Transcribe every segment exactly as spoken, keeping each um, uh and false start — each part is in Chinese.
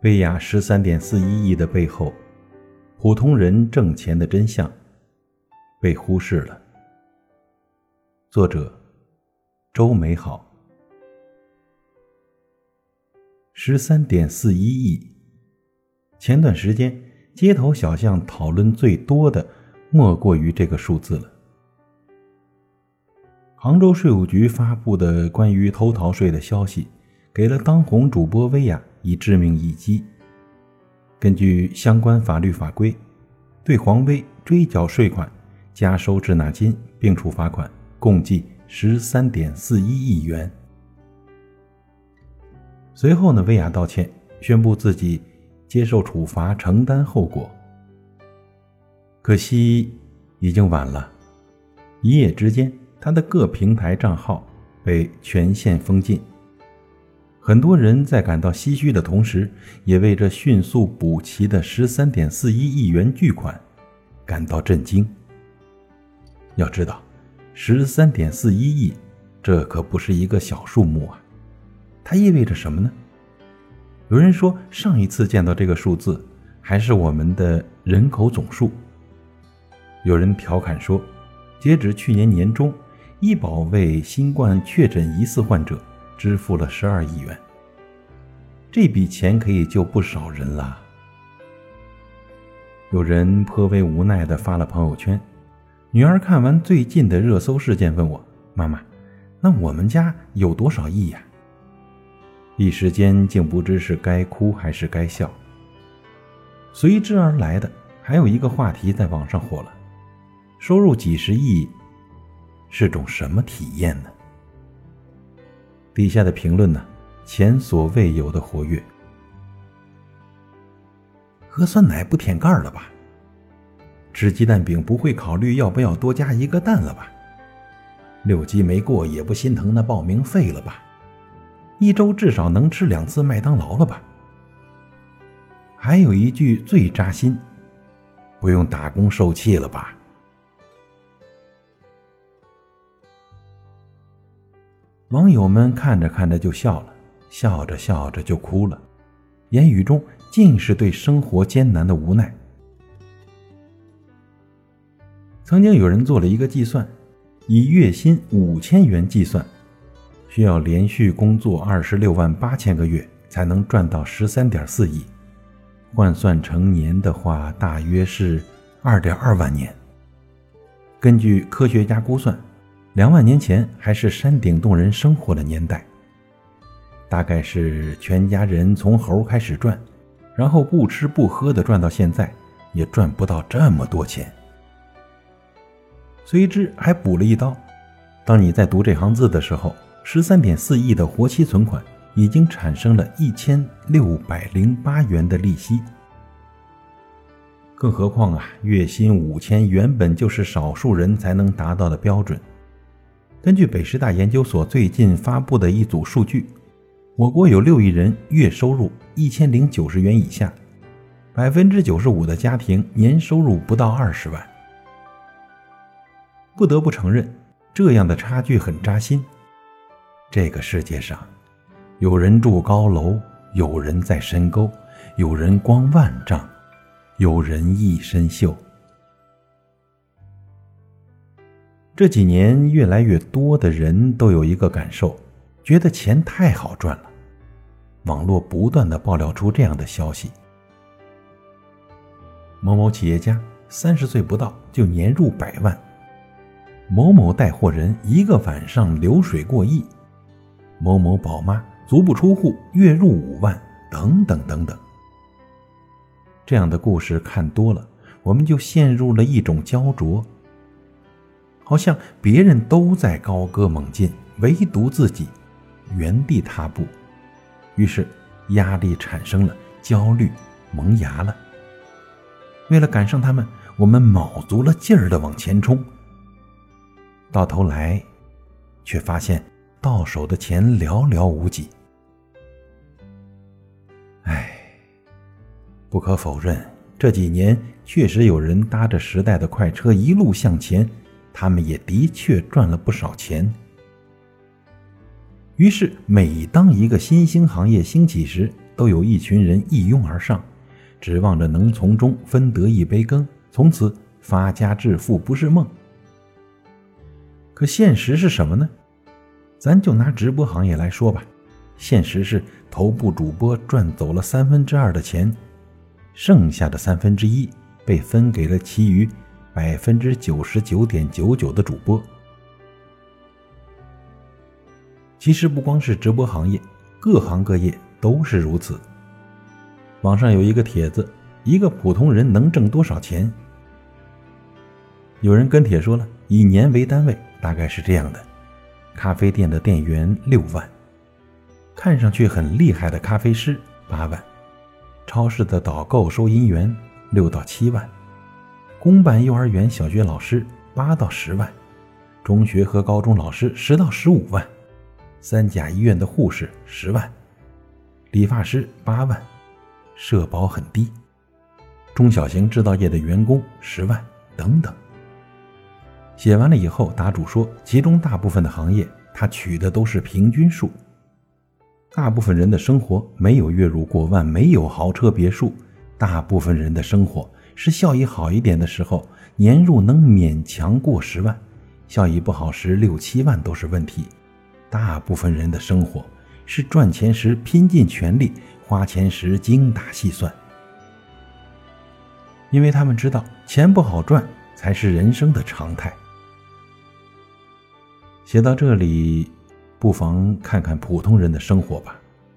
薇娅 十三点四一亿的背后，普通人挣钱的真相被忽视了。作者周美好。 十三点四一亿，前段时间街头小巷讨论最多的莫过于这个数字了。杭州税务局发布的关于偷逃税的消息，给了当红主播薇娅以致命一击。根据相关法律法规，对黄薇追缴税款、加收滞纳金并处罚款，共计 十三点四一亿元。随后呢，薇娅道歉，宣布自己接受处罚，承担后果。可惜已经晚了，一夜之间，她的各平台账号被全线封禁。很多人在感到唏嘘的同时，也为这迅速补齐的 十三点四一亿元巨款感到震惊。要知道 十三点四一亿，这可不是一个小数目啊！它意味着什么呢？有人说，上一次见到这个数字还是我们的人口总数。有人调侃说，截止去年年中，医保为新冠确诊疑似患者支付了十二亿元，这笔钱可以救不少人了。有人颇为无奈地发了朋友圈，女儿看完最近的热搜事件问我，妈妈，那我们家有多少亿呀？一时间竟不知是该哭还是该笑。随之而来的还有一个话题在网上火了，收入几十亿是种什么体验呢？底下的评论呢，前所未有的活跃。喝酸奶不舔盖了吧？吃鸡蛋饼不会考虑要不要多加一个蛋了吧？六级没过也不心疼那报名费了吧？一周至少能吃两次麦当劳了吧？还有一句最扎心，不用打工受气了吧？网友们看着看着就笑了，笑着笑着就哭了，言语中尽是对生活艰难的无奈。曾经有人做了一个计算，以月薪五千元计算，需要连续工作二十六万八千个月才能赚到 十三点四亿，换算成年的话大约是 二点二万年。根据科学家估算，两万年前还是山顶洞人生活的年代，大概是全家人从猴开始赚，然后不吃不喝的赚到现在，也赚不到这么多钱。随之还补了一刀，当你在读这行字的时候， 十三点四亿的活期存款已经产生了一千六百零八元的利息。更何况啊，月薪五千原本就是少数人才能达到的标准。根据北师大研究所最近发布的一组数据，我国有六亿人月收入一千零九十元以下， 百分之九十五 的家庭年收入不到二十万。不得不承认，这样的差距很扎心。这个世界上，有人住高楼，有人在深沟，有人光万丈，有人一身锈。这几年越来越多的人都有一个感受，觉得钱太好赚了。网络不断地爆料出这样的消息：某某企业家三十岁不到就年入百万，某某带货人一个晚上流水过亿，某某宝妈足不出户月入五万，等等等等。这样的故事看多了，我们就陷入了一种焦灼，好像别人都在高歌猛进，唯独自己原地踏步，于是压力产生了，焦虑萌芽了。为了赶上他们，我们卯足了劲儿地往前冲，到头来却发现到手的钱寥寥无几。唉，不可否认，这几年确实有人搭着时代的快车一路向前，他们也的确赚了不少钱。于是每当一个新兴行业兴起时， 都有一群人一拥而上，指望着能从中分得一杯羹，从此发家致富不是梦。可现实是什么呢？咱就拿直播行业来说吧，现实是头部主播赚走了三分之二的钱，剩下的三分之一被分给了其余百分之九十九点九九的主播。其实不光是直播行业，各行各业都是如此。网上有一个帖子，一个普通人能挣多少钱？有人跟帖说了，以年为单位，大概是这样的：咖啡店的店员六万，看上去很厉害的咖啡师八万，超市的导购收银员六到七万，公办幼儿园小学老师八到十万，中学和高中老师十到十五万，三甲医院的护士十万，理发师八万，社保很低，中小型制造业的员工十万等等。写完了以后，答主说，其中大部分的行业他取的都是平均数，大部分人的生活没有月入过万，没有豪车别墅，大部分人的生活是效益好一点的时候，年入能勉强过十万，效益不好时六七万都是问题。大部分人的生活是赚钱时拼尽全力，花钱时精打细算，因为他们知道钱不好赚才是人生的常态。写到这里，不妨看看普通人的生活吧。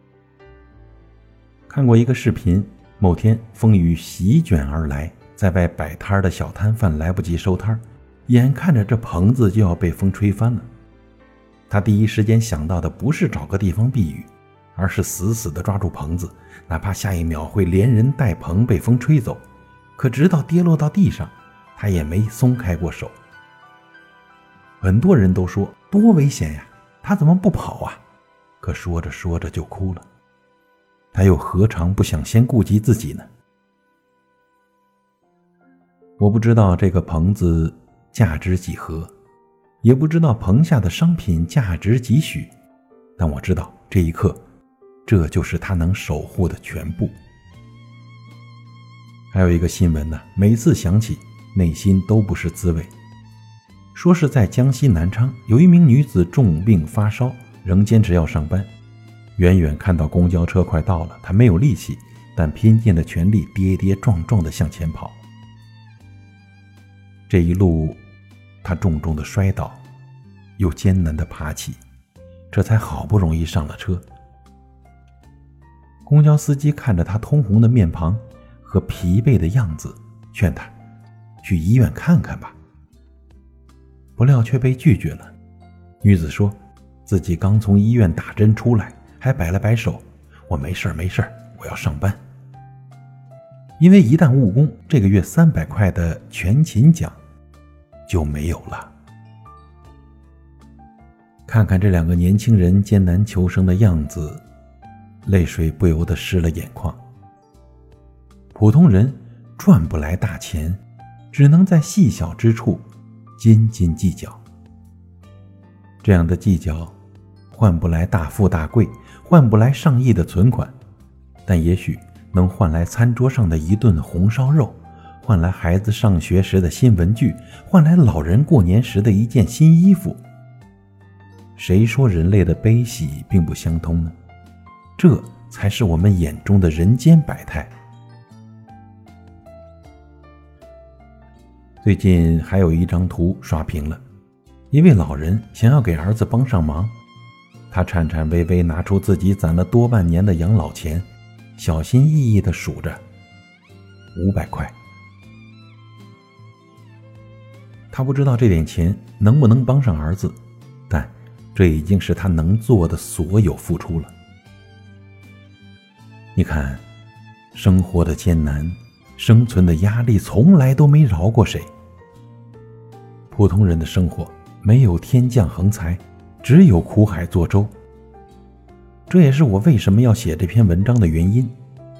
看过一个视频，某天风雨席卷而来，在外摆摊的小摊贩来不及收摊，眼看着这棚子就要被风吹翻了。他第一时间想到的不是找个地方避雨，而是死死地抓住棚子，哪怕下一秒会连人带棚被风吹走。可直到跌落到地上，他也没松开过手。很多人都说多危险呀，他怎么不跑啊？可说着说着就哭了。他又何尝不想先顾及自己呢？我不知道这个棚子价值几何，也不知道棚下的商品价值几许，但我知道这一刻，这就是他能守护的全部。还有一个新闻呢，每次想起内心都不是滋味。说是在江西南昌，有一名女子重病发烧，仍坚持要上班。远远看到公交车快到了，她没有力气，但拼尽了全力，跌跌撞撞地向前跑。这一路，她重重地摔倒，又艰难地爬起，这才好不容易上了车。公交司机看着她通红的面庞和疲惫的样子，劝她去医院看看吧。不料却被拒绝了。女子说自己刚从医院打针出来，还摆了摆手，我没事没事，我要上班。因为一旦误工，这个月三百块的全勤奖就没有了。看看这两个年轻人艰难求生的样子，泪水不由得湿了眼眶。普通人赚不来大钱，只能在细小之处斤斤计较。这样的计较换不来大富大贵，换不来上亿的存款，但也许能换来餐桌上的一顿红烧肉，换来孩子上学时的新文具，换来老人过年时的一件新衣服。谁说人类的悲喜并不相通呢？这才是我们眼中的人间百态。最近还有一张图刷屏了，一位老人想要给儿子帮上忙，他颤颤巍巍拿出自己攒了多半年的养老钱，小心翼翼地数着五百块。他不知道这点钱能不能帮上儿子，但这已经是他能做的所有付出了。你看，生活的艰难，生存的压力从来都没饶过谁。普通人的生活没有天降横财，只有苦海作舟。这也是我为什么要写这篇文章的原因。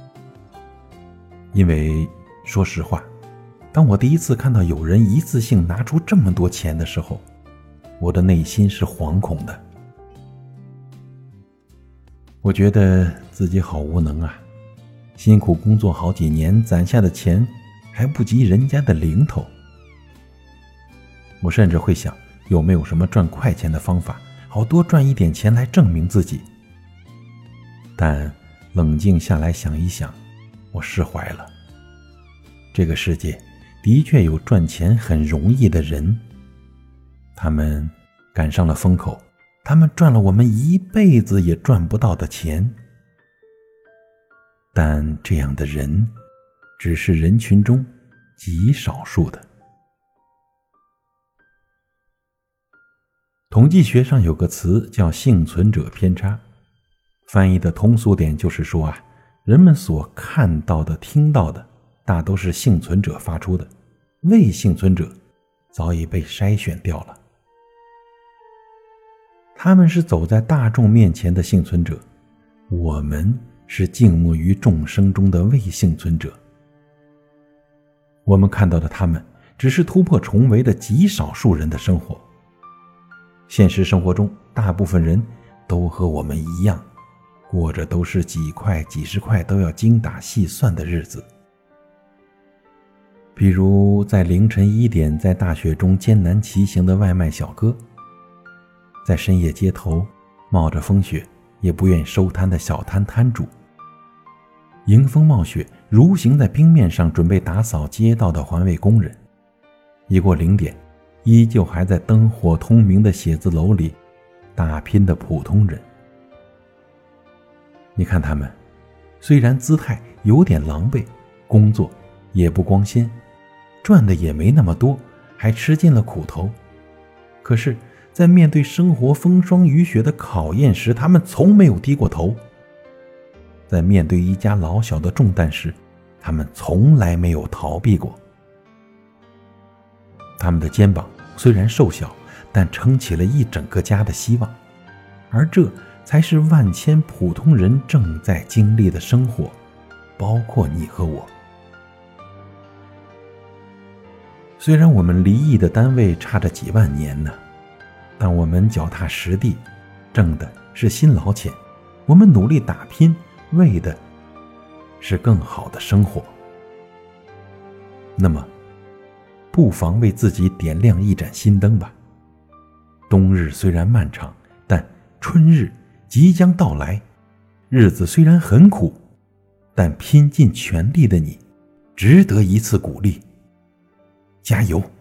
因为说实话，当我第一次看到有人一次性拿出这么多钱的时候，我的内心是惶恐的。 我觉得自己好无能啊，辛苦工作好几年攒下的钱还不及人家的零头。我甚至会想，有没有什么赚快钱的方法，好多赚一点钱来证明自己。但冷静下来想一想，我释怀了。这个世界的确有赚钱很容易的人，他们赶上了风口，他们赚了我们一辈子也赚不到的钱。但这样的人只是人群中极少数的。统计学上有个词叫幸存者偏差，翻译的通俗点就是说啊，人们所看到的、听到的大都是幸存者发出的，未幸存者早已被筛选掉了。他们是走在大众面前的幸存者，我们是静默于众生中的未幸存者。我们看到的他们只是突破重围的极少数人的生活。现实生活中，大部分人都和我们一样，过着都是几块几十块都要精打细算的日子。比如在凌晨一点在大雪中艰难骑行的外卖小哥，在深夜街头冒着风雪也不愿收摊的小摊摊主，迎风冒雪如行在冰面上准备打扫街道的环卫工人，一过零点依旧还在灯火通明的写字楼里打拼的普通人。你看他们，虽然姿态有点狼狈，工作也不光鲜，赚的也没那么多，还吃尽了苦头，可是在面对生活风霜雨雪的考验时，他们从没有低过头。在面对一家老小的重担时，他们从来没有逃避过。他们的肩膀虽然瘦小，但撑起了一整个家的希望，而这才是万千普通人正在经历的生活，包括你和我。虽然我们离异的单位差着几万年呢，但我们脚踏实地，挣的是辛劳钱，我们努力打拼，为的是更好的生活。那么不妨为自己点亮一盏心灯吧。冬日虽然漫长，但春日即将到来。日子虽然很苦，但拼尽全力的你值得一次鼓励。加油！